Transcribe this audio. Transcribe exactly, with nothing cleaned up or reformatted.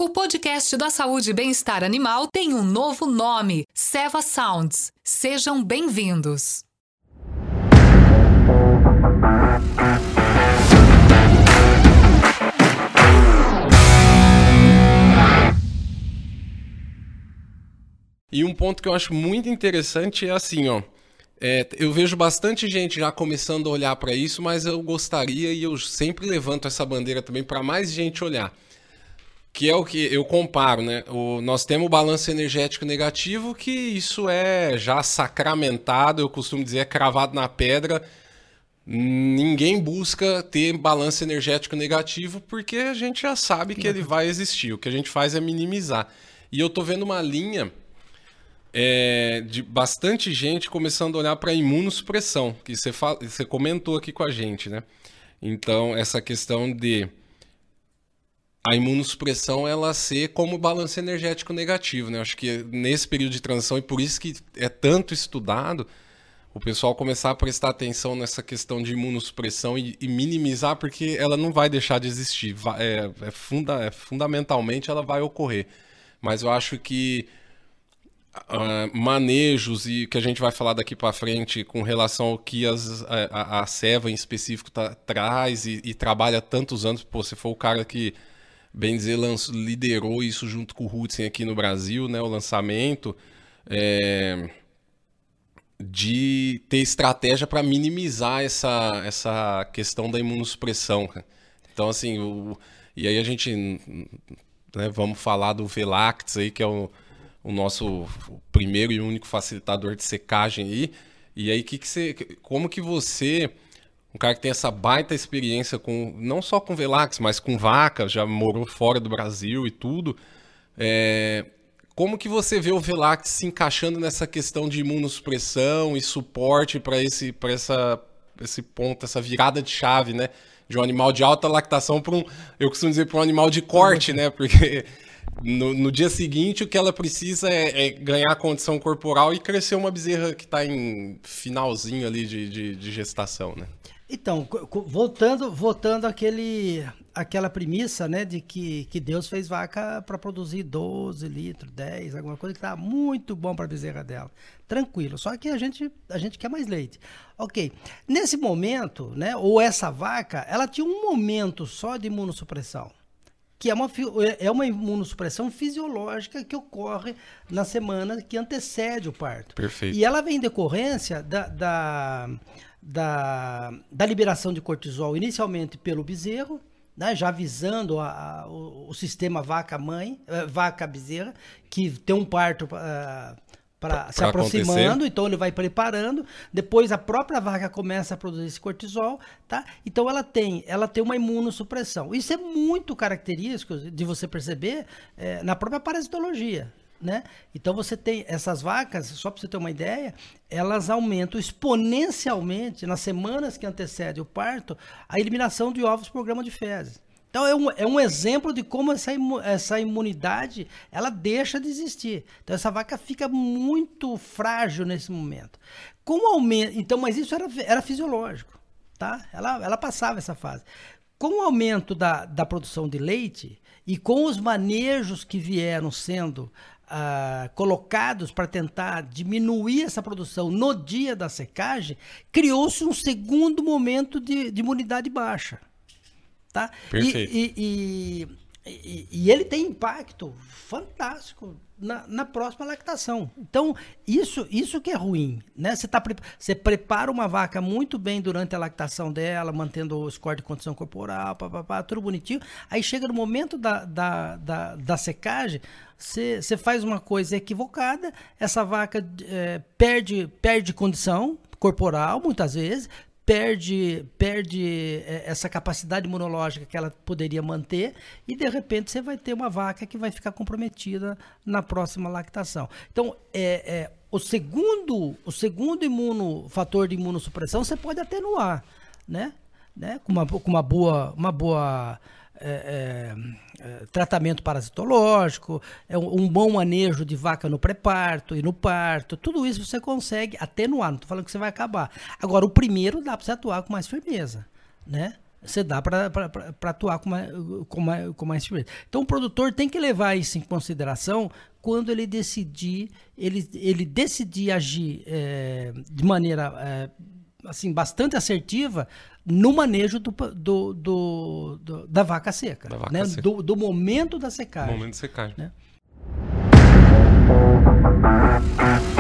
O podcast da Saúde e Bem-Estar Animal tem um novo nome, Seva Sounds. Sejam bem-vindos. E um ponto que eu acho muito interessante é assim, ó. É, eu vejo bastante gente já começando a olhar para isso, mas eu gostaria e eu sempre levanto essa bandeira também para mais gente olhar. Que é o que eu comparo, né? O, nós temos o balanço energético negativo, que isso é já sacramentado, eu costumo dizer, é cravado na pedra. Ninguém busca ter balanço energético negativo porque a gente já sabe que ele vai existir. O que a gente faz é minimizar. E eu tô vendo uma linha é, de bastante gente começando a olhar para a imunossupressão, que você, fala, você comentou aqui com a gente, né? Então, essa questão de a imunossupressão ela ser como balanço energético negativo, né? Acho que nesse período de transição, e por isso que é tanto estudado, o pessoal começar a prestar atenção nessa questão de imunossupressão e, e minimizar, porque ela não vai deixar de existir. Vai, é, é funda, é, fundamentalmente ela vai ocorrer. Mas eu acho que uh, manejos, e que a gente vai falar daqui para frente com relação ao que as, a, a Seva em específico tá, traz e, e trabalha tantos anos. Pô, você foi o cara que, bem dizer, lançou, liderou isso junto com o Hudson aqui no Brasil, né, o lançamento, é, de ter estratégia para minimizar essa, essa questão da imunossupressão. Então, assim, o, e aí a gente, né, vamos falar do Velactis aí, que é o, o nosso primeiro e único facilitador de secagem aí. E aí, que que você, como que você... Um cara que tem essa baita experiência com, não só com Velactis, mas com vaca, já morou fora do Brasil e tudo. É, como que você vê o Velactis se encaixando nessa questão de imunossupressão e suporte para esse, para essa, esse ponto, essa virada de chave, né? De um animal de alta lactação para um, eu costumo dizer, para um animal de corte, né? Porque no, no dia seguinte o que ela precisa é, é ganhar condição corporal e crescer uma bezerra que está em finalzinho ali de, de, de gestação, né? Então, voltando, voltando àquele, àquela premissa, né, de que, que Deus fez vaca para produzir doze litros, dez, alguma coisa que tá muito bom para a bezerra dela. Tranquilo, só que a gente, a gente quer mais leite. Ok, nesse momento, né, ou essa vaca, ela tinha um momento só de imunossupressão, que é uma, é uma imunossupressão fisiológica que ocorre na semana que antecede o parto. Perfeito. E ela vem em decorrência da... da Da, da liberação de cortisol, inicialmente pelo bezerro, né, já avisando a, a, o, o sistema vaca-mãe, uh, vaca-bezerra, que tem um parto uh, para se aproximando, acontecer. Então ele vai preparando, depois a própria vaca começa a produzir esse cortisol, tá? Então ela tem, ela tem uma imunossupressão. Isso é muito característico de você perceber é, na própria parasitologia. Né? Então você tem essas vacas, só para você ter uma ideia, elas aumentam exponencialmente nas semanas que antecedem o parto a eliminação de ovos por grama de fezes. Então é um, é um exemplo de como essa, imu, essa imunidade ela deixa de existir. Então essa vaca fica muito frágil nesse momento. Com o aumento, então, mas isso era, era fisiológico, tá? Ela, ela passava essa fase. Com o aumento da, da produção de leite e com os manejos que vieram sendo Uh, colocados para tentar diminuir essa produção no dia da secagem, criou-se um segundo momento de, de imunidade baixa. Tá? Perfeito. E, e, e, e, e ele tem impacto fantástico na, na próxima lactação. Então, isso, isso que é ruim. Né? Você, tá, você prepara uma vaca muito bem durante a lactação dela, mantendo o score de condição corporal, pá, pá, pá, tudo bonitinho. Aí chega no momento da, da, da, da secagem, você, você faz uma coisa equivocada, essa vaca é, perde, perde condição corporal, muitas vezes, perde, perde essa capacidade imunológica que ela poderia manter e, de repente, você vai ter uma vaca que vai ficar comprometida na próxima lactação. Então, é, é, o segundo, o segundo imuno, fator de imunossupressão você pode atenuar, né? Né? Com, uma, com uma boa... Uma boa É, é, tratamento parasitológico, é um, um bom manejo de vaca no pré-parto e no parto, tudo isso você consegue atenuar, não estou falando que você vai acabar. Agora, o primeiro dá para você atuar com mais firmeza, né? você dá para atuar com mais, com, mais, com mais firmeza. Então o produtor tem que levar isso em consideração quando ele decidir, ele, ele decidir agir é, de maneira é, assim, bastante assertiva no manejo do, do, do, do, da vaca seca, da vaca né? seca. Do, do momento da secagem. Momento da secagem. Né?